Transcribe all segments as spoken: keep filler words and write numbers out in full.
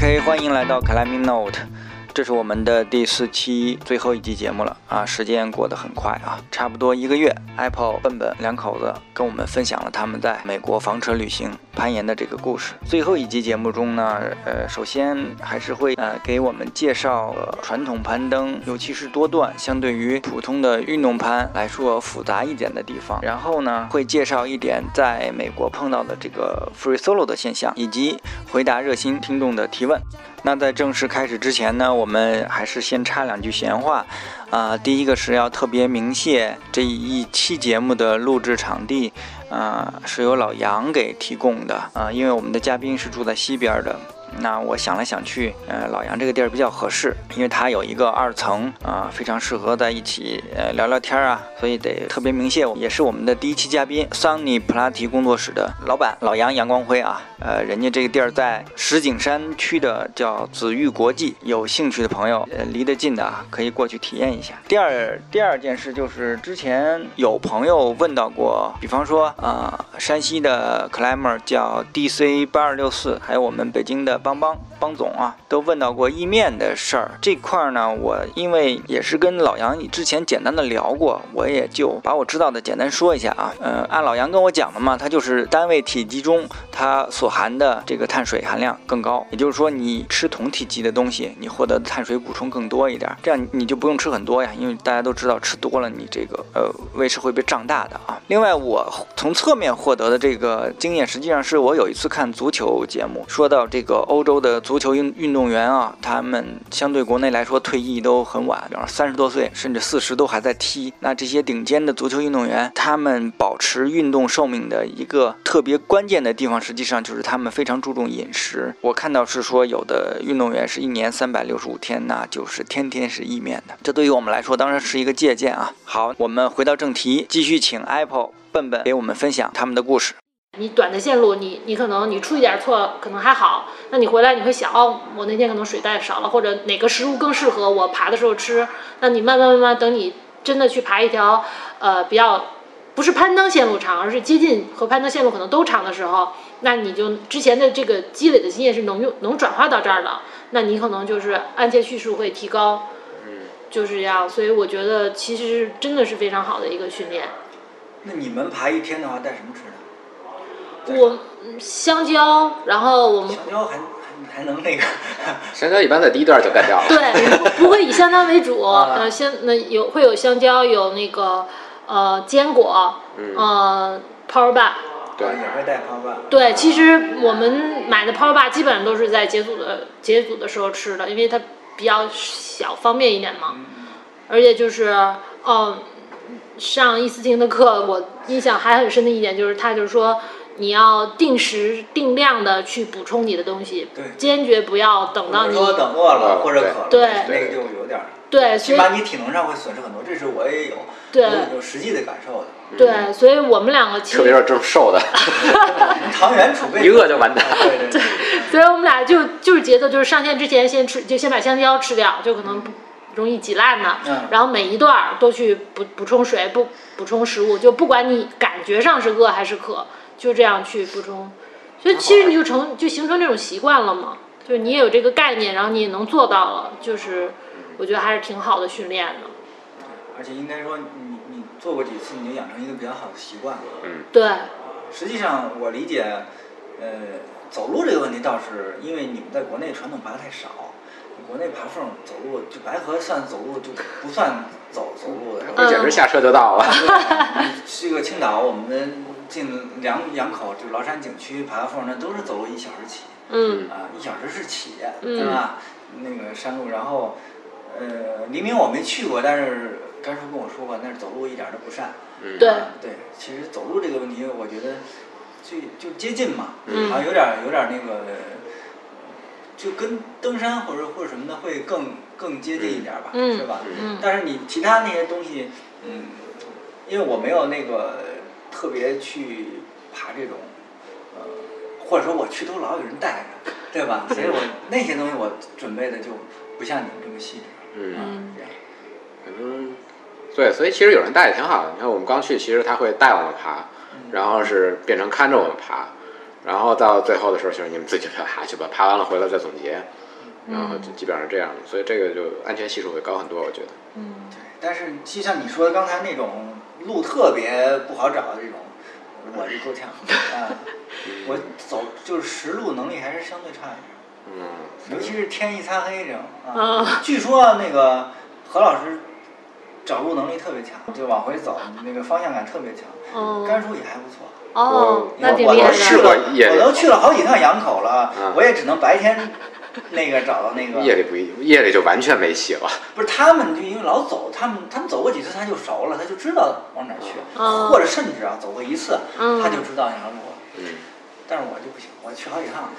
OK， 欢迎来到 Climbing Note， 这是我们的第四期最后一集节目了啊！时间过得很快啊，差不多一个月。Apple、笨笨两口子跟我们分享了他们在美国房车旅行、攀岩的这个故事。最后一集节目中呢，呃，首先还是会呃给我们介绍、呃、传统攀登，尤其是多段，相对于普通的运动攀来说复杂一点的地方。然后呢，会介绍一点在美国碰到的这个 free solo 的现象，以及回答热心听众的提问。那在正式开始之前呢，我们还是先插两句闲话啊、呃。第一个是要特别鸣谢这一期节目的录制场地啊、呃，是由老杨给提供的啊、呃，因为我们的嘉宾是住在西边的。那我想来想去，呃，老杨这个地儿比较合适，因为它有一个二层啊、呃，非常适合在一起呃聊聊天啊，所以得特别鸣谢我，也是我们的第一期嘉宾桑尼普拉提工作室的老板老杨杨光辉啊，呃，人家这个地儿在石景山区的叫紫玉国际，有兴趣的朋友，呃，离得近的啊，可以过去体验一下。第二第二件事就是之前有朋友问到过，比方说啊、呃，山西的 climber 叫 D C 八二六四，还有我们北京的邦邦邦总啊，都问到过意面的事儿。这块呢，我因为也是跟老杨之前简单的聊过，我也就把我知道的简单说一下啊。呃，按老杨跟我讲的嘛，它就是单位体积中它所含的这个碳水含量更高，也就是说你吃同体积的东西，你获得的碳水补充更多一点，这样你就不用吃很多呀，因为大家都知道吃多了你这个呃胃是会被胀大的啊。另外，我从侧面获得的这个经验，实际上是我有一次看足球节目，说到这个欧洲的足球运运动员啊，他们相对国内来说退役都很晚，比方三十多岁甚至四十都还在踢。那这些顶尖的足球运动员，他们保持运动寿命的一个特别关键的地方，实际上就是他们非常注重饮食。我看到是说有的运动员是一年三百六十五天，那就是天天是意面的。这对于我们来说当然是一个借鉴啊。好，我们回到正题，继续请 Apple 笨笨给我们分享他们的故事。 你短的线路，你你可能你出一点错可能还好，那你回来你会想，哦，我那天可能水带少了，或者哪个食物更适合我爬的时候吃。那你慢慢慢慢等你真的去爬一条呃比较不是攀登线路长，而是接近和攀登线路可能都长的时候，那你就之前的这个积累的经验是能用能转化到这儿的，那你可能就是按键叙述会提高，就是这样。所以我觉得其实真的是非常好的一个训练。 那你们爬一天的话带什么吃的？ 我香蕉，然后我们香蕉还还能那个， 香蕉一般在第一段就干掉了。 对，不会以香蕉为主，呃，香那有会有香蕉，有那个呃坚果，嗯、呃 Power Bar。 对，也会带 Power Bar。 对，其实我们买的 Power Bar 基本上都是在解组的解组的时候吃的，因为它比较小，方便一点嘛。嗯、而且就是哦、呃，上伊思婷的课，我印象还很深的一点就是，他就是说。你要定时定量的去补充你的东西，坚决不要等到你说等饿了或者渴了， 对， 那个就有点， 对， 起码你体能上会损失很多，这是我也有， 对， 有有实际的感受的。 对，所以我们两个其实特别是这么瘦的， 长远储备一饿就完蛋。 对对对， 所以我们俩就就是节奏，就是上线之前先吃，就先把香蕉吃掉，就可能不容易挤烂的， 嗯、 然后每一段都去补补充水，补补充食物，就不管你感觉上是饿还是渴。就这样去补充，所以其实你就成就形成这种习惯了嘛，就是你也有这个概念，然后你也能做到了，就是我觉得还是挺好的训练的。 而且应该说你你做过几次，你就养成一个比较好的习惯。 嗯， 对。 实际上我理解，呃，走路这个问题倒是因为你们在国内传统爬太少，国内爬缝走路就白河算走路就不算走走路的， 这简直下车就到了。 这个青岛我们。进两两口就崂山景区爬缝，那都是走路一小时起， 嗯啊，一小时是起， 嗯、 对吧？那个山路，然后，呃，黎明我没去过，但是甘叔跟我说过，那是走路一点都不善。 嗯， 对、 啊、对，其实走路这个问题，我觉得就就接近嘛， 嗯、 啊，有点有点那个，就跟登山或者或者什么的会更更接近一点吧， 嗯、 是吧？ 嗯。 但是你其他那些东西，嗯，因为我没有那个。特别去爬这种，呃，或者说我去都老有人带着，对吧？所以我那些东西我准备的就不像你们这么细致。 嗯， 啊、 嗯，对，所以其实有人带也挺好的。你看我们刚去，其实他会带我们爬，然后是变成看着我们爬， 然后到最后的时候就是你们自己爬去吧，爬完了回来再总结，然后就基本上这样的，所以这个就安全系数会高很多，我觉得。 嗯， 对。但是就像你说的刚才那种路特别不好找的这种，我是够呛啊。我走就是实路能力还是相对差一点。 嗯。 尤其是天一擦黑这种啊。 啊据说那个何老师找路能力特别强，就往回走，那个方向感特别强。 哦。 甘肃也还不错。 哦，那挺厉害的。 我试过夜里，我都去了好几趟阳口了， 嗯、 我也只能白天那个找到那个。 夜里不一，夜里就完全没戏了。 不是他们就因为老走，他们他们走过几次他就熟了，他就知道往哪儿去， 嗯、 或者甚至啊走过一次， 嗯、 他就知道那条路了。 嗯。 但是我就不行，我去好几趟，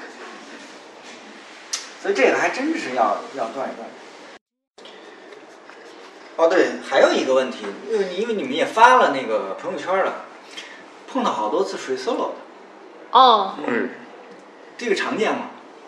所以这个还真是要要锻炼锻炼。哦，对，还有一个问题，因为因为你们也发了那个朋友圈了。碰到好多次水 solo 的， 哦， 嗯， 这个常见吗？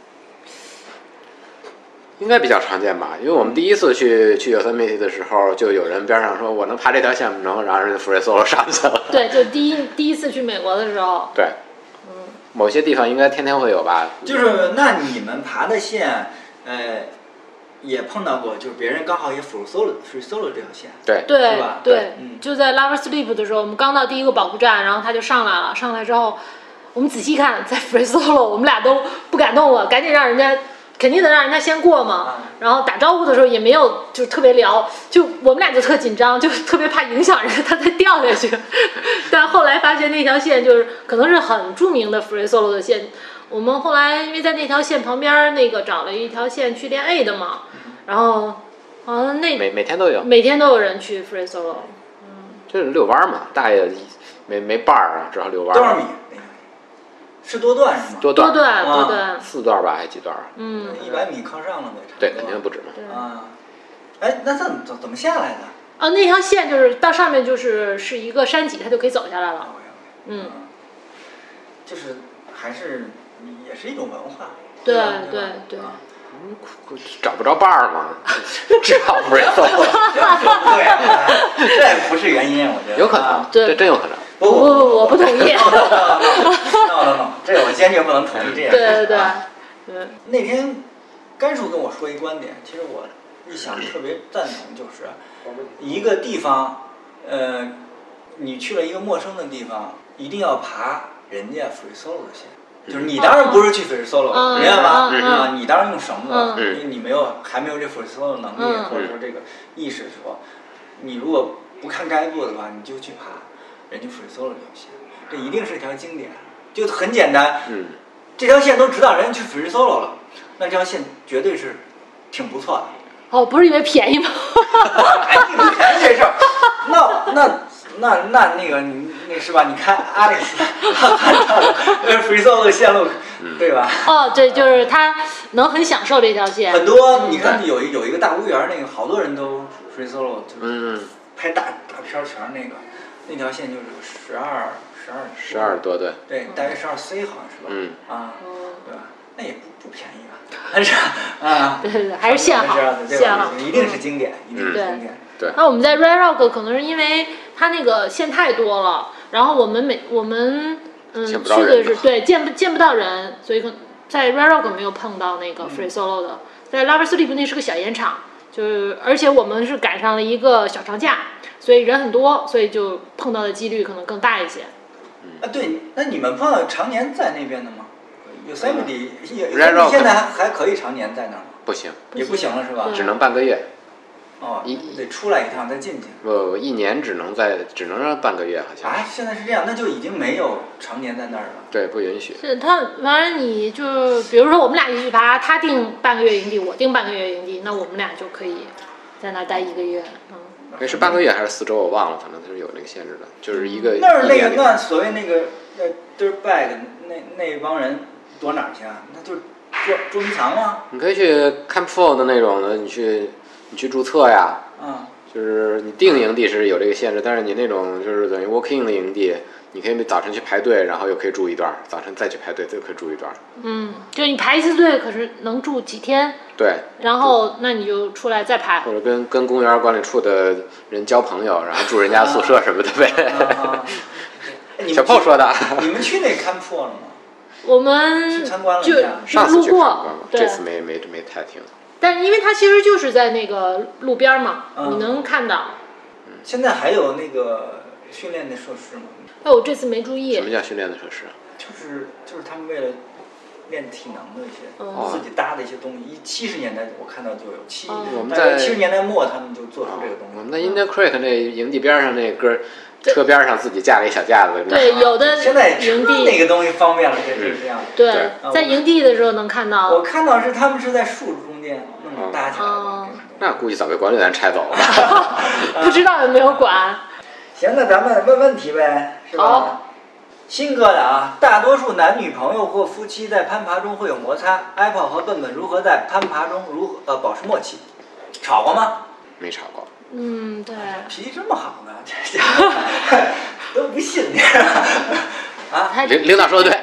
应该比较常见吧，因为我们第一次去去 Yosemite 的时候，就有人边上说我能爬这条线不能，然后人家 free solo 上去了。 对，就第一第一次去美国的时候。 对，嗯，某些地方应该天天会有吧。 就是那你们爬的线，呃。也碰到过，就是别人刚好也 free solo free solo 这条线， 对对是吧？ 对， 嗯， 就在 Lover Sleep 的时候，我们刚到第一个保护站，然后他就上来了，上来之后，我们仔细看，在 free solo， 我们俩都不敢动了，赶紧让人家，肯定得让人家先过嘛。 嗯、 然后打招呼的时候也没有就特别聊，就我们俩就特紧张，就特别怕影响人家他再掉下去。但后来发现那条线就是可能是很著名的 free solo 的线，我们后来因为在那条线旁边那个找了一条线去练 A 的嘛。然后，好像那每每天都有， 每天都有人去 free solo， 嗯， 就是遛弯嘛，大爷没没伴儿啊，只好遛弯。 多少米？是多段是吗？ 多段， 多段，多段， 四段吧，还几段？ 嗯， 一百米靠上了呗， 对，肯定不止嘛。 啊，哎，那怎么怎怎么下来的？ 啊，那条线就是到上面就是是一个山脊，它就可以走下来了。嗯， 就是还是也是一种文化。 对对对。 嗯，找不着伴儿嘛，只好 free solo。 对，这不是原因，我觉得。 有可能，这真有可能。 不不不不，我不同意。 no no no， 这我坚决不能同意这样。 对对对。对。 那天甘叔跟我说一观点，其实我一想特别赞同，就是一个地方，呃，你去了一个陌生的地方，一定要爬人家 free solo 的线。就是你当然不是去 free solo，、嗯、明白吧？ 嗯、 啊，你当然用绳子， 嗯、 因为你没有还没有这 free solo 的能力、 嗯、 或者说这个意识的时候，你如果不看该做的话，你就去爬人家 free solo 这条线，这一定是一条经典，就很简单。 嗯， 这条线都知道人家去 free solo 了，那这条线绝对是挺不错的。 哦，不是因为便宜吗？ 哎，你不便宜这事儿，那那。那那那个你那是吧？你看 Alex 看到的 free solo 的线路，对吧？ 哦，对，就是他能很享受这条线。 很多你看有一有一个大公园，那个好多人都 free solo， 就是拍大大片全那个，那条线就是十二十二十二多对。 对，大约十二 C 好像是吧？ 嗯。 啊，对吧？那也不不便宜吧？但是啊， 对对对，还是线好，线好， 一定是经典，一定是经典。 对。 那我们在 Red Rock 可能是因为它那个线太多了，然后我们每我们嗯去的是对见不见不到人，所以可在 Red Rock 没有碰到那个 free solo 的。在 Lover Sleep 那是个小烟场，就是而且我们是赶上了一个小长假，所以人很多，所以就碰到的几率可能更大一些。 啊，对，那你们碰到常年在那边的吗？Yosemite Yosemite现在还还可以常年在那儿吗？ 不行， 也不行了是吧？ 只能半个月。 哦，得出来一趟再进去。 不，一年只能在只能让半个月，好像。 啊，现在是这样，那就已经没有常年在那儿了。 对，不允许。 是他，反正你就比如说我们俩一起去爬，他定半个月营地，我定半个月营地，那我们俩就可以在那儿待一个月。嗯。 那是半个月还是四周，我忘了，反正它是有那个限制的，就是一个。 那是那个那所谓那个呃 dirtbag 那那帮人躲哪儿去啊？那就是捉捉迷藏吗？ 你可以去 Camp four 的那种的，你去。你去注册呀， 嗯， 就是你定营地是有这个限制，但是你那种就是等于 walk in 的营地，你可以早晨去排队，然后又可以住一段，早晨再去排队，又可以住一段。 嗯，就你排一次队，可是能住几天？ 对。 然后那你就出来再排。 或者跟跟公园管理处的人交朋友，然后住人家宿舍什么的呗。 啊啊啊、 小炮说的。 你们去那 Camp four 了吗？ 我们去参观了一就下就上次去看路过过， 对这次没没没太听。 但是因为它其实就是在那个路边嘛， 嗯你能看到。 现在还有那个训练的设施吗？ 哎，我这次没注意。 什么叫训练的设施？ 就是就是他们为了练体能的一些、 哦自己搭的一些东西。一七十年代我看到就有七， 哦我们在七十年代末他们就做出这个东西。 我们在 Indian Creek 那营地边上那个车边上自己架了一小架子。 对，有的现在营地那个东西方便了，这是这样。 对， 对在营地的时候能看到。 我看到是他们是在树中间弄搭起来的。 哦那估计早被管理员拆走了。 不知道有没有管。 行，那咱们问问题呗，是吧？ 好。 新哥的啊，大多数男女朋友或夫妻在攀爬中会有摩擦，Apple 和笨笨如何在攀爬中如何呃保持默契？吵过吗？ 没吵过。 嗯，对。 脾气这么好呢，这家伙都不信你啊！ 领领导说的对。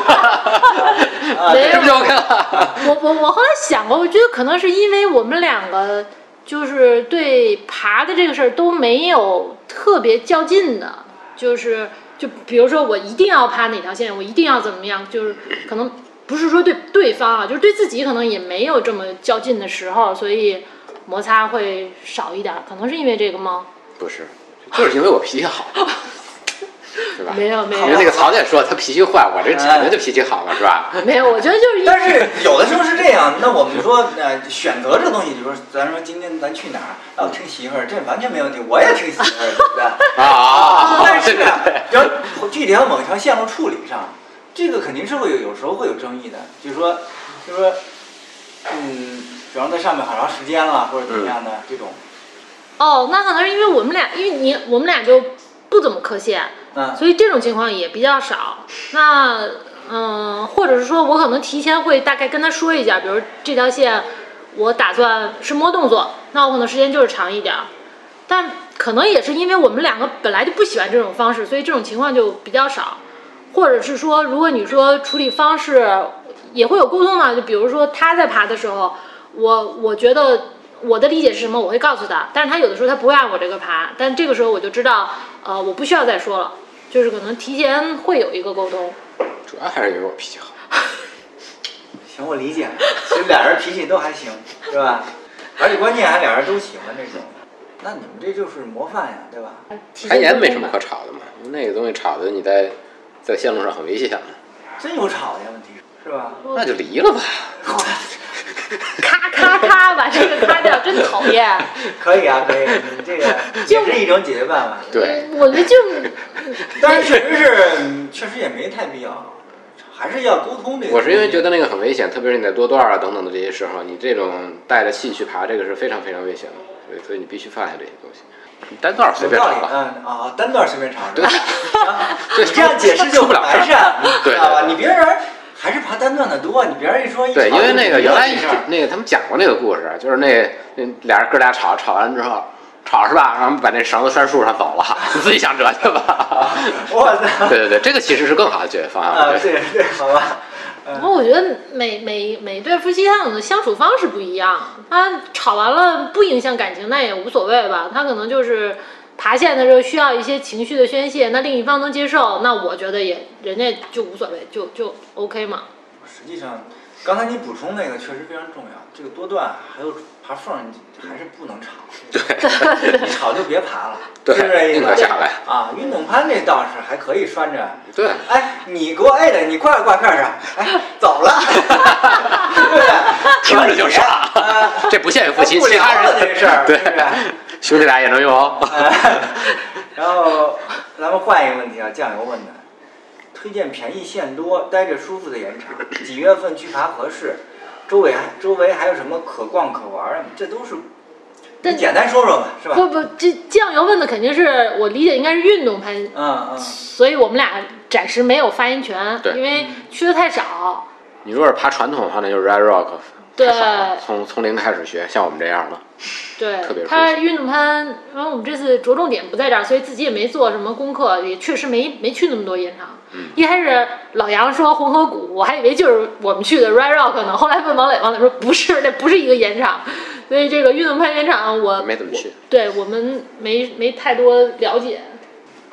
没有。 这不就 OK 了？ 我我我后来想过，我觉得可能是因为我们两个就是对爬的这个事儿都没有特别较劲的，就是就比如说我一定要爬哪条线，我一定要怎么样，就是可能不是说对对方啊，就是对自己可能也没有这么较劲的时候，所以摩擦会少一点，可能是因为这个吗？ 不是，就是因为我脾气好。是吧？ 没有没有， 因为那个曹姐说他脾气坏，我这肯定就脾气好了，是吧？ 没有，我觉得就是因为。 但是有的时候是这样，那我们说呃选择这东西，比如说咱说今天咱去哪儿，要听媳妇儿，这完全没问题，我也听媳妇儿，对不对？ 啊， 但是啊，要具体到某一条线路处理上，这个肯定是会有，有时候会有争议的。就是说，就是说，嗯，比方在上面好长时间了，或者怎么样的、嗯、这种。 哦，那可能是因为我们俩，因为你我们俩就不怎么磕线。 嗯， 所以这种情况也比较少。那嗯，或者是说我可能提前会大概跟他说一下，比如这条线我打算是摸动作，那我可能时间就是长一点。但可能也是因为我们两个本来就不喜欢这种方式，所以这种情况就比较少。或者是说，如果你说处理方式也会有沟通嘛，就比如说他在爬的时候，我我觉得我的理解是什么，我会告诉他，但是他有的时候他不会按我这个爬，但这个时候我就知道，呃，我不需要再说了。就是可能提前会有一个沟通， 主要还是因为我脾气好。 行，我理解了。其实俩人脾气都还行，是吧？而且关键还俩人都喜欢这种，那你们这就是模范呀，对吧？ 攀岩没什么可吵的嘛，那个东西吵的你在在线路上很危险。 真有吵的问题是吧？ 那就离了吧。 咔咔咔，把这个咔掉，真讨厌。 可以啊，可以，你这个也是一种解决办法。 对， 我觉得就， 但是确实是，确实也没太必要，还是要沟通这个。 我是因为觉得那个很危险，特别是你在多段啊等等的这些时候，你这种带着气去爬，这个是非常非常危险的，所以所以你必须放下这些东西。单段随便吵吧。 嗯啊，单段随便吵。 对。 啊，你这样解释就不完善，知道吧？你别人。还是爬单段的多，你别人一说一对，因为那个原来那个他们讲过那个故事，就是那那俩人哥俩吵吵完之后，吵是吧？然后把那绳子拴树上走了，你自己想辙去吧。 我操！ 对对对，这个其实是更好的解决方案。 啊，对对，好吧。 不过我觉得每每每对夫妻他们的相处方式不一样，他吵完了不影响感情，那也无所谓吧。他可能就是爬线的时候需要一些情绪的宣泄，那另一方能接受，那我觉得也人家就无所谓，就就 OK 嘛。 实际上，刚才你补充那个确实非常重要，这个多段还有爬缝还是不能吵。 对， 你吵就别爬了， 对， 是不是意思？ 下来啊，运动攀这倒是还可以拴着。 对， 哎，你给我挨的，你挂在挂片上，哎，走了，对不对？ 听着就爽。 啊， 这不限于夫妻， 其他人这事儿， 对是不是？ 兄弟俩也能用哦。 然后咱们换一个问题啊，酱油问的，推荐便宜线多、待着舒服的盐场，几月份去爬合适？周围还周围还有什么可逛可玩啊？这都是，你简单说说吧，是吧？ 不不，这酱油问的肯定是我理解应该是运动攀， 嗯嗯， 所以我们俩暂时没有发言权，因为去的太少。 你如果是爬传统的话，那就是 Red Rock。 对， 从从零开始学，像我们这样的。 对， 特别他运动攀，然后我们这次着重点不在这儿，所以自己也没做什么功课，也确实没没去那么多盐场。 嗯、 一开始老杨说红河谷，我还以为就是我们去的 Red Rock 呢，后来问王磊，王磊说不是，那不是一个盐场。所以这个运动攀盐场我没怎么去， 对我们没没太多了解。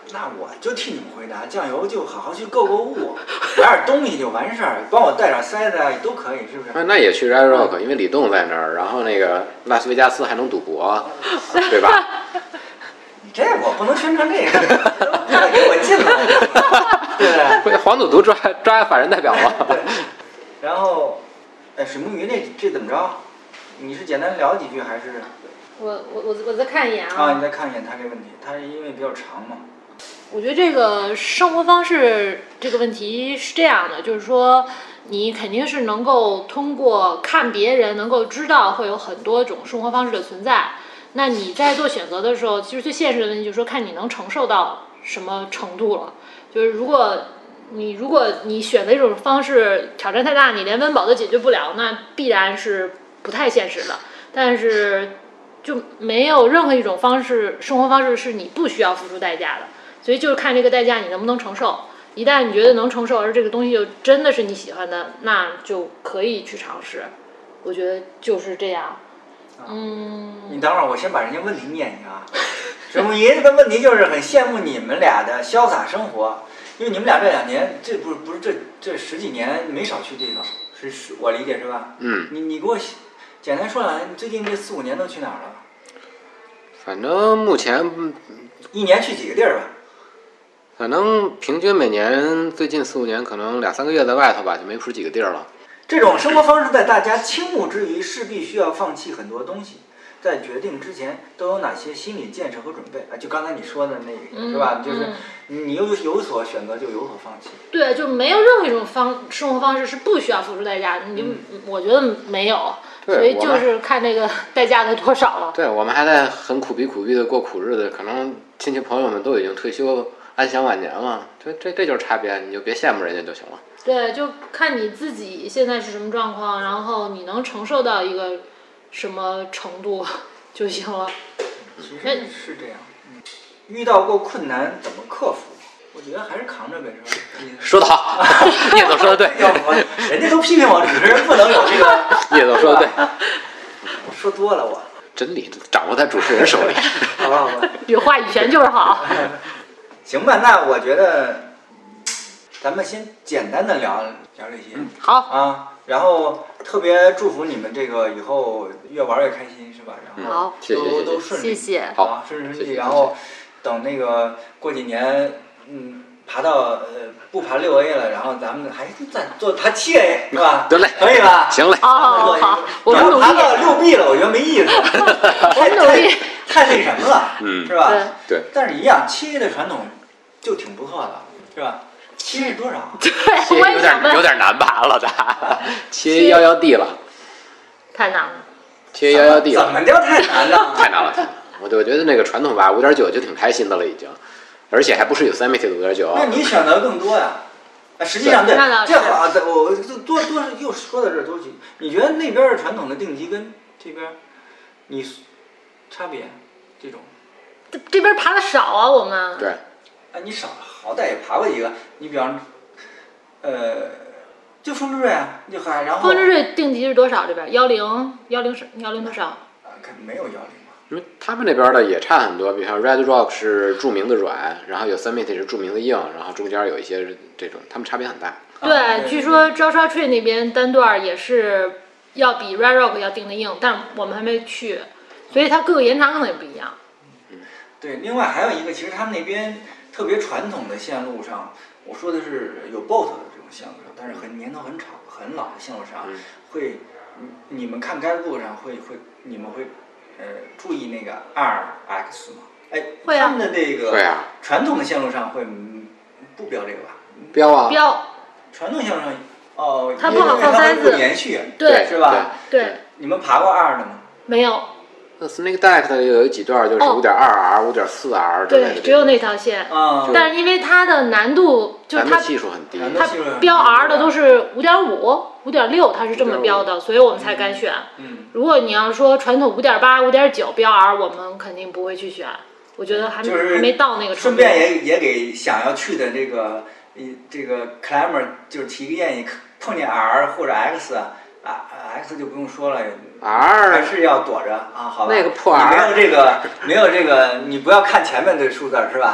那我就替你们回答，酱油就好好去购购物，买点东西就完事儿，帮我带点塞子啊都可以，是不是？ 那那也去 Red Rock， 因为李栋在那儿，然后那个拉斯维加斯还能赌博，对吧？ 你这我不能宣传这个，都给我禁了，对不对？ 黄赌毒抓抓法人代表嘛。 对。然后，哎，水木鱼那这怎么着？你是简单聊几句还是？ 我我我我再看一眼啊。 啊，你再看一眼他这个问题，他是因为比较长嘛。 我觉得这个生活方式这个问题是这样的，就是说你肯定是能够通过看别人能够知道会有很多种生活方式的存在。那你在做选择的时候，其实最现实的问题就是说看你能承受到什么程度了。就是如果你如果你选择一种方式挑战太大，你连温饱都解决不了，那必然是不太现实的。但是就没有任何一种方式生活方式是你不需要付出代价的。所以就是看这个代价你能不能承受，一旦你觉得能承受，而这个东西又真的是你喜欢的，那就可以去尝试。我觉得就是这样。嗯， 你等会儿，我先把人家问题念一下啊。水木爷的问题就是很羡慕你们俩的潇洒生活，因为你们俩这两年，这不是不是这这十几年没少去地方，是是我理解是吧？ 嗯。 你你给我简单说两下，你最近这四五年都去哪儿了？ 反正目前一年去几个地儿吧？ 反正平均每年最近四五年可能两三个月在外头吧，就没出几个地儿了。 这种生活方式在大家倾慕之余，势必需要放弃很多东西。在决定之前，都有哪些心理建设和准备啊？就刚才你说的那个， 嗯、 是吧？就是你有有所选择，就有所放弃。 对，就没有任何一种方生活方式是不需要付出代价的。你、嗯、我觉得没有，所以就是看这个代价的多少了。 对，我们还在很苦逼苦逼的过苦日子，可能亲戚朋友们都已经退休。安享晚年了，这这这就是差别，你就别羡慕人家就行了。 对，就看你自己现在是什么状况，然后你能承受到一个什么程度就行了。 其实是这样，嗯，遇到过困难怎么克服？我觉得还是扛着呗，是吧？ 说得好，叶总说的对。 要不人家都批评我，主持人不能有这个。 叶总说的对。 说多了我。 真理掌握在主持人手里。 好吧，好吧。 有话语权就是好。 行吧，那我觉得咱们先简单的聊聊这些。 嗯、好啊，然后特别祝福你们这个以后越玩越开心，是吧？然后好， 都都顺利， 谢谢， 好，顺顺利利。然后等那个过几年，嗯，爬到呃不爬六 A 了，然后咱们还再做爬七 A， 是吧？ 得嘞， 可以吧？ 行嘞， 好好好，我们努力。 爬到六 B 了，我觉得没意思，太太太那什么了， 嗯， 是吧？ 对。 但是一样，七 A 的传统就挺不错的，是吧？七 A 多少？ 对， 七 A 有点有点难爬了的，七 A 幺幺 D 了， 太难了。 七 A 幺幺 D 了， 怎么叫太难了？ 太难了，我就觉得那个传统吧，五点九就挺开心的了已经，而且还不是 Yosemite 的五点九。 那你选择更多呀？啊，实际上对，这好，我多多又说到这儿多句，你觉得那边的传统的定级跟这边，你差别这种？ 这这边爬的少啊，我们。 对。 啊，你少好歹也爬过几个，你比方，呃，就风之瑞啊，就还然后。 风之瑞定级是多少？这边幺零幺零是幺零多少？ 啊，肯没有幺零吧？ 因为他们那边的也差很多，比方 Red Rock 是著名的软，然后有 Yosemite 是著名的硬，然后中间有一些这种，他们差别很大。 对，啊、据说 Joshua Tree 那边单段也是要比 Red Rock 要定的硬，但我们还没去，所以它各个延长可能也不一样。 嗯，对，另外还有一个，其实他们那边特别传统的线路上，我说的是有 boat 的这种线路上，但是很年头很长、很老的线路上， 嗯、 会，你们看该路上会会，你们会，呃，注意那个 R X 吗？哎， 会啊。 他们的这个传统的线路上会不标这个吧？ 标啊。 标。 传统线路上，哦， 它不好放塞子， 不连续， 对， 是吧？ 对。 你们爬过 R 的吗？ 没有。 那 Snake Deck 的有几段就是五点二 R、五点四 R 之类的。 对，只有那条线。 嗯。 但是因为它的难度，就是它系数很低， 它标 R 的都是五点五、五点六，它是这么标的，所以我们才敢选。 嗯。 如果你要说传统五点八、五点九标 R， 我们肯定不会去选。我觉得还没、 就是、 还没到那个程度。 顺便也也给想要去的这个这个 climber 就是提个建议，碰见 R 或者 X 啊。啊 ，X 就不用说了 ，R 还是要躲着啊，好吧？ 那个破 R， 你没有这个，没有这个，你不要看前面的数字是吧？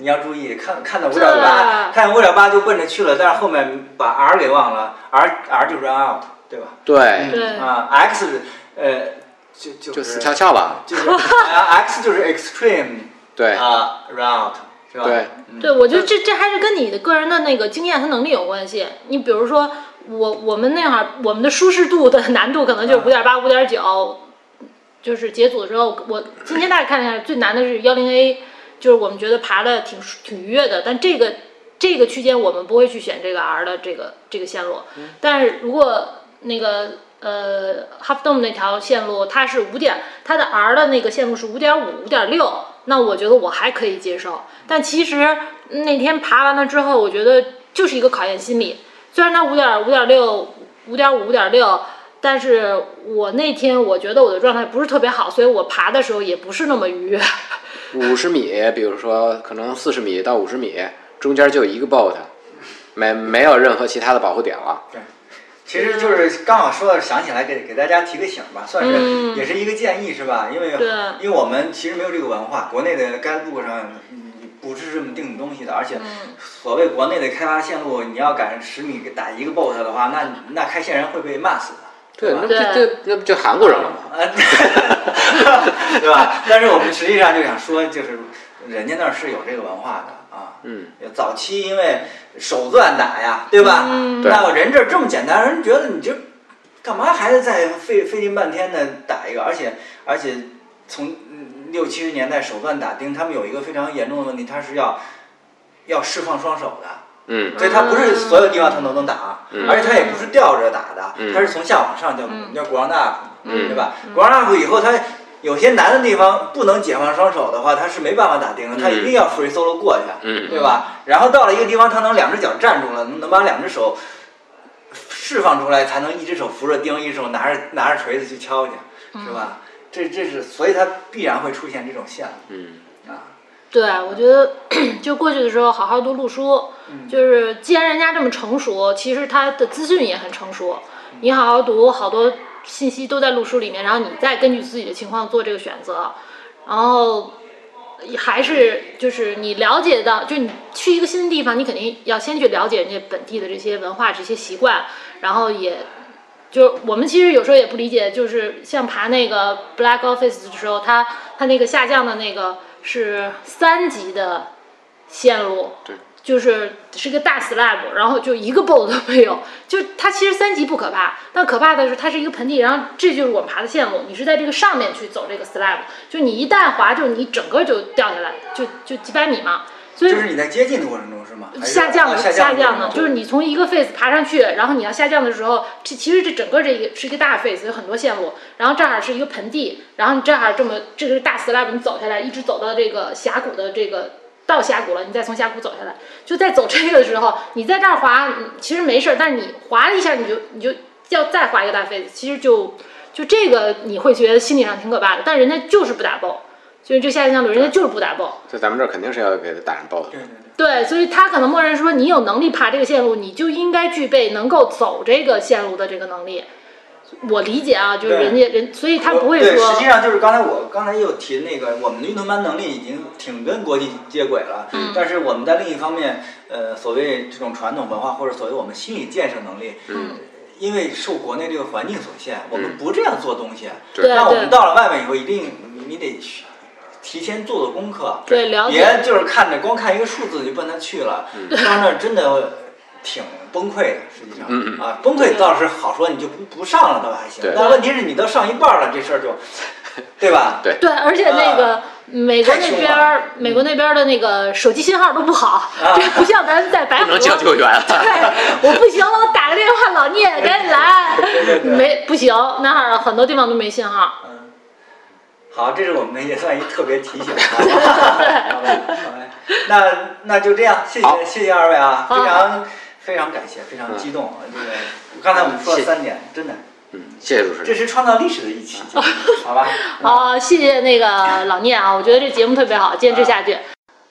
你要注意，看看到五点八，看五点八就奔着去了，但是后面把 R 给忘了 ，R R 就是 run out， 对吧？ 对。 对啊 ，X 呃就就就死翘翘吧。 就是啊 X 就是 extreme。 对。 啊 run out。是吧？ 对， 嗯、对，我觉得这这还是跟你的个人的那个经验和能力有关系。你比如说，我我们那会儿我们的舒适度的难度可能就是五点八、五点九，就是解组的时候，我今天大概看一下，最难的是幺零 A， 就是我们觉得爬的挺挺愉悦的，但这个这个区间我们不会去选这个 R 的这个这个线路。嗯、但是如果那个呃 Half Dome 那条线路，它是五点，它的 R 的那个线路是五点五、五点六。那我觉得我还可以接受，但其实那天爬完了之后，我觉得就是一个考验心理。虽然它五点五点六、五点五、五点六，但是我那天我觉得我的状态不是特别好，所以我爬的时候也不是那么愉悦。 五十米，比如说可能四十米到五十米中间就有一个 boat， 没没有任何其他的保护点了。 对。其实就是刚好说到想起来给给大家提个醒吧，算是、嗯、也是一个建议是吧？因为因为我们其实没有这个文化，国内的 guidebook 上不是这么定的东西的，而且所谓国内的开发线路，你要赶十米打一个 boat 的话，那那开线人会被骂死的。 对，那不就那不就韩国人了吗？ 对吧？但是我们实际上就想说，就是人家那儿是有这个文化的。啊， 嗯， 早期因为手钻打呀，对吧？ 嗯、 那我人这这么简单，人觉得你这干嘛还得再费费劲半天的打一个？而且而且从六七十年代手钻打钉，他们有一个非常严重的问题，他是要要释放双手的， 嗯， 所以他不是所有地方他都能打， 嗯、 而且他也不是吊着打的， 嗯、 他是从下往上叫、嗯、叫 ground up，、 嗯、 对吧、嗯、？ground up 以后他。有些难的地方不能解放双手的话，他是没办法打钉的，他一定要 free solo 过去， 嗯、 对吧？然后到了一个地方，他能两只脚站住了，能把两只手释放出来，才能一只手扶着钉，一只手拿着拿着锤子去敲去，是吧？嗯、这这是，所以它必然会出现这种线路。 嗯啊， 对，我觉得就过去的时候好好读路书， 嗯、 就是既然人家这么成熟，其实他的资讯也很成熟，你好好读，好多信息都在路书里面，然后你再根据自己的情况做这个选择，然后还是就是你了解到，就你去一个新的地方，你肯定要先去了解人家本地的这些文化、这些习惯，然后也就我们其实有时候也不理解，就是像爬那个 Black Office 的时候，它它那个下降的那个是三级的线路， 对。 就是是个大 slab， 然后就一个 boat 都没有，就它其实三级不可怕，但可怕的是它是一个盆地，然后这就是我们爬的线路，你是在这个上面去走这个 slab， 就你一旦滑，就你整个就掉下来，就就几百米嘛，所以就是你在接近的过程中是吗？ 下降的、 啊、 下降的，就是你从一个 face 爬上去，然后你要下降的时候，这其实这整个这个是一个大 face， 有很多线路，然后这儿是一个盆地，然后你这儿这么这个是大 slab， 你走下来，一直走到这个峡谷的这个。到峡谷了，你再从峡谷走下来，就在走这个的时候，你在这儿滑，其实没事，但是你滑了一下，你就你就要再滑一个大 face， 其实就就这个你会觉得心理上挺可怕的，但人家就是不打爆，所以这下降项目人家就是不打爆。 在咱们这儿肯定是要给他打上爆的。 对对对。对，所以他可能默认说，你有能力爬这个线路，你就应该具备能够走这个线路的这个能力。我理解啊，就是人家人，所以他不会说。 对，实际上就是刚才我刚才又提那个，我们的运动班能力已经挺跟国际接轨了。 嗯。 但是我们在另一方面，呃，所谓这种传统文化或者所谓我们心理建设能力， 嗯， 因为受国内这个环境所限，我们不这样做东西。 对。 那我们到了外面以后，一定你得提前做做功课。 对，了解。 别就是看着光看一个数字就奔他去了，到那儿真的。挺崩溃的，实际上、 嗯、 啊，崩溃倒是好说，你就不不上了倒还行。但问题是你都上一半了，这事儿就，对吧？ 对对，而且那个、啊、美国那边，美国那边的那个手机信号都不好，这、啊、不像咱在白河。 不能叫救援。 对，我不行了，我打个电话，老聂赶紧来。 对对对没不行，那儿很多地方都没信号。 嗯，好，这是我们也算一特别提醒。好吧，好吧，那那就这样，谢谢谢谢二位啊，非常。非常感谢，非常激动。这个刚才我们说了三点，真的， 嗯，谢谢主持人。 这是创造历史的一期节目，好吧？ 好，谢谢那个老聂啊，我觉得这节目特别好，坚持下去。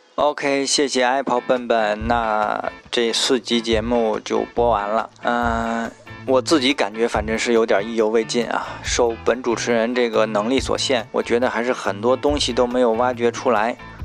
OK， 谢谢 Apple 笨笨，那这四集节目就播完了。嗯、呃，我自己感觉反正是有点意犹未尽啊，受本主持人这个能力所限，我觉得还是很多东西都没有挖掘出来。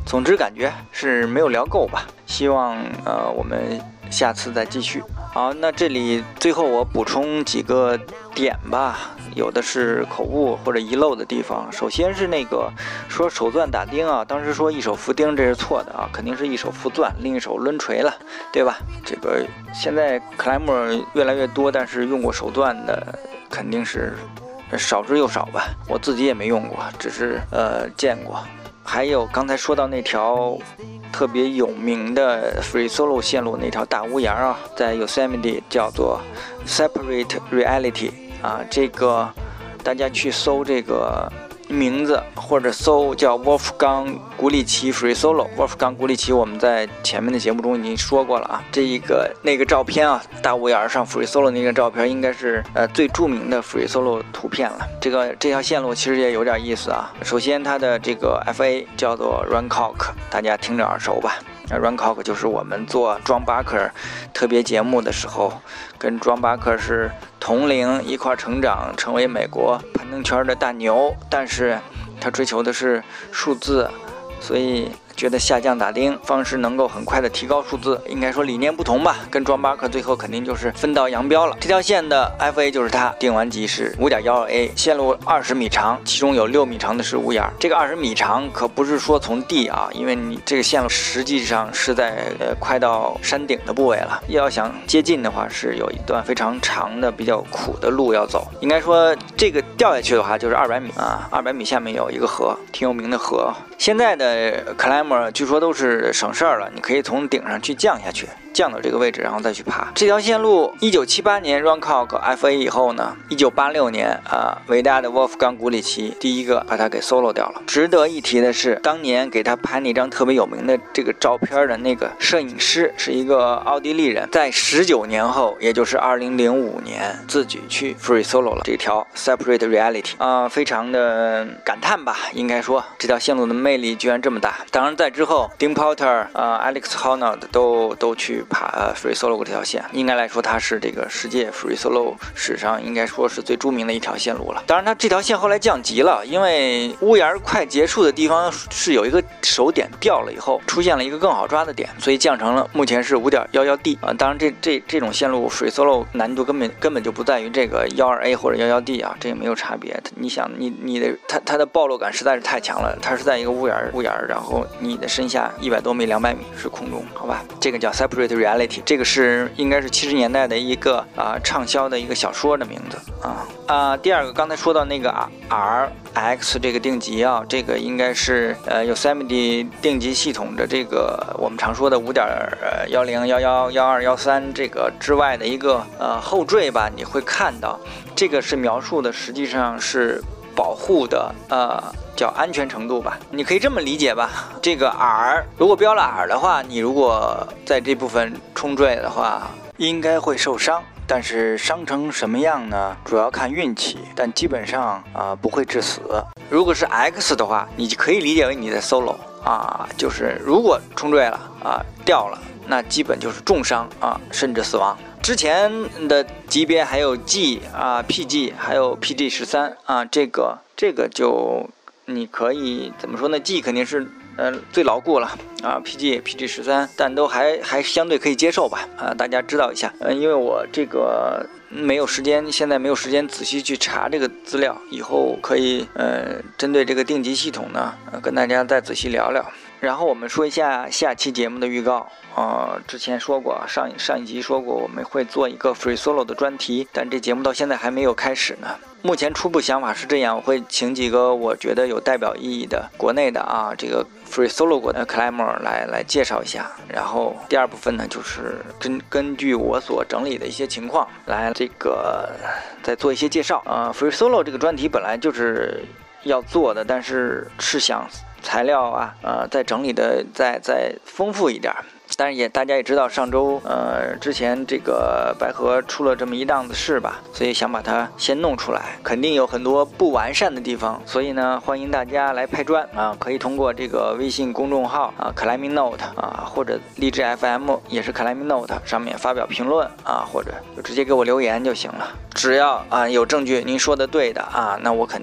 总之感觉是没有聊够吧，希望呃我们下次再继续。好，那这里最后我补充几个点吧，有的是口误或者遗漏的地方。首先是那个说手钻打钉啊，当时说一手扶钉，这是错的啊，肯定是一手扶钻，另一手抡锤了，对吧？这个现在克莱默越来越多，但是用过手钻的肯定是少之又少吧。我自己也没用过，只是呃见过。还有刚才说到那条特别有名的 Free Solo 线路那条大屋檐啊，在 Yosemite 叫做 Separate Reality 啊，这个大家去搜这个名字或者搜叫 Wolfgang 古里奇 Free Solo。 Wolfgang 古里奇我们在前面的节目中已经说过了啊，这一个那个照片啊，大屋檐上 Free Solo 那个照片应该是呃最著名的 Free Solo 图片了。这个这条线路其实也有点意思啊。首先它的这个 F A 叫做 Runcock， 大家听着耳熟吧。Runcock 就是我们做 John Barker 特别节目的时候，跟 John Barker 是同龄一块成长，成为美国攀登圈的大牛，但是他追求的是数字，所以觉得下降打钉方式能够很快的提高数字，应该说理念不同吧，跟 John Barker 最后肯定就是分道扬镳了。这条线的 F A 就是它，定完级是 五点一二 A， 线路二十米长，其中有六米长的是屋檐。这个二十米长可不是说从地啊，因为你这个线路实际上是在呃快到山顶的部位了，要想接近的话是有一段非常长的比较苦的路要走。应该说这个掉下去的话就是二百米啊，二百米下面有一个河，挺有名的河。现在的克莱默据说都是省事儿了，你可以从顶上去降下去，降到这个位置，然后再去爬这条线路。一九七八年 Runcock F A 以后呢，一九八六年啊，伟大的沃夫冈古里奇第一个把它给 solo 掉了。值得一提的是，当年给他拍那张特别有名的这个照片的那个摄影师是一个奥地利人，在十九年后，也就是二零零五年，自己去 free solo 了这条 Separate Reality 啊、呃，非常的感叹吧，应该说这条线路的魅力居然这么大。当然在之后 Dean Porter 啊、呃、Alex Honnold 都都去爬 free solo 这条线，应该来说它是这个世界 free solo 史上应该说是最著名的一条线路了。当然它这条线后来降级了，因为屋檐快结束的地方是有一个手点掉了以后，出现了一个更好抓的点，所以降成了目前是 五点一一 D 啊。当然这这这种线路 free solo 难度根本根本就不在于这个 一二 A 或者 一一 D 啊，这个没有差别。你想你你的它它的暴露感实在是太强了，它是在一个屋檐屋檐，然后你的身下一百多米两百米是空中，好吧，这个叫 Separate Reality， 这个是应该是七十年代的一个啊畅销的一个小说的名字啊啊。第二个刚才说到那个 R X 这个定级啊，这个应该是呃 Yosemite 定级系统的这个我们常说的五点一零、一一、一二、一三这个之外的一个呃后缀吧，你会看到这个是描述的实际上是保护的呃叫安全程度吧，你可以这么理解吧。这个 R 如果标了 R 的话，你如果在这部分冲坠的话，应该会受伤。但是伤成什么样呢？主要看运气，但基本上啊、呃、不会致死。如果是 X 的话，你可以理解为你在 solo 啊，就是如果冲坠了啊掉了，那基本就是重伤啊，甚至死亡。之前的级别还有 G 啊 P G 还有 P G 十三啊，这个这个就你可以怎么说呢 ？G 肯定是。呃，最牢固了啊 ，P G P G 十三，但都还还相对可以接受吧啊，大家知道一下。呃，因为我这个没有时间，现在没有时间仔细去查这个资料，以后可以呃针对这个定级系统呢，呃、跟大家再仔细聊聊。然后我们说一下下期节目的预告。呃，之前说过，上上一集说过我们会做一个 free solo 的专题，但这节目到现在还没有开始呢。目前初步想法是这样，我会请几个我觉得有代表意义的国内的啊这个 free solo 过的 climber 来来介绍一下。然后第二部分呢，就是根根据我所整理的一些情况来这个再做一些介绍。呃 free solo 这个专题本来就是要做的，但是是想材料啊呃再整理的再再丰富一点。但是也大家也知道，上周呃之前这个白河出了这么一档子事吧，所以想把它先弄出来，肯定有很多不完善的地方，所以呢欢迎大家来拍砖啊，可以通过这个微信公众号啊 Climbing Note 啊，或者荔枝 F M 也是 Climbing Note 上面发表评论啊，或者就直接给我留言就行了。只要啊有证据您说的对的啊，那我肯定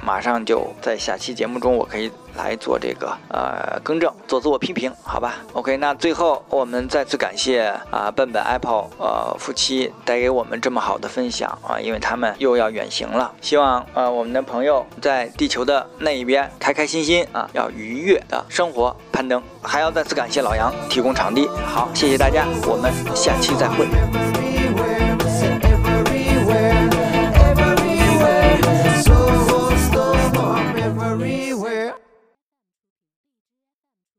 马上就在下期节目中我可以来做这个呃更正，做自我批评，好吧 ？OK， 那最后我们再次感谢啊、呃、笨笨 Apple 呃夫妻带给我们这么好的分享啊，因为他们又要远行了，希望呃我们的朋友在地球的那一边开开心心啊，要愉悦的生活攀登。还要再次感谢老杨提供场地，好，谢谢大家，我们下期再会。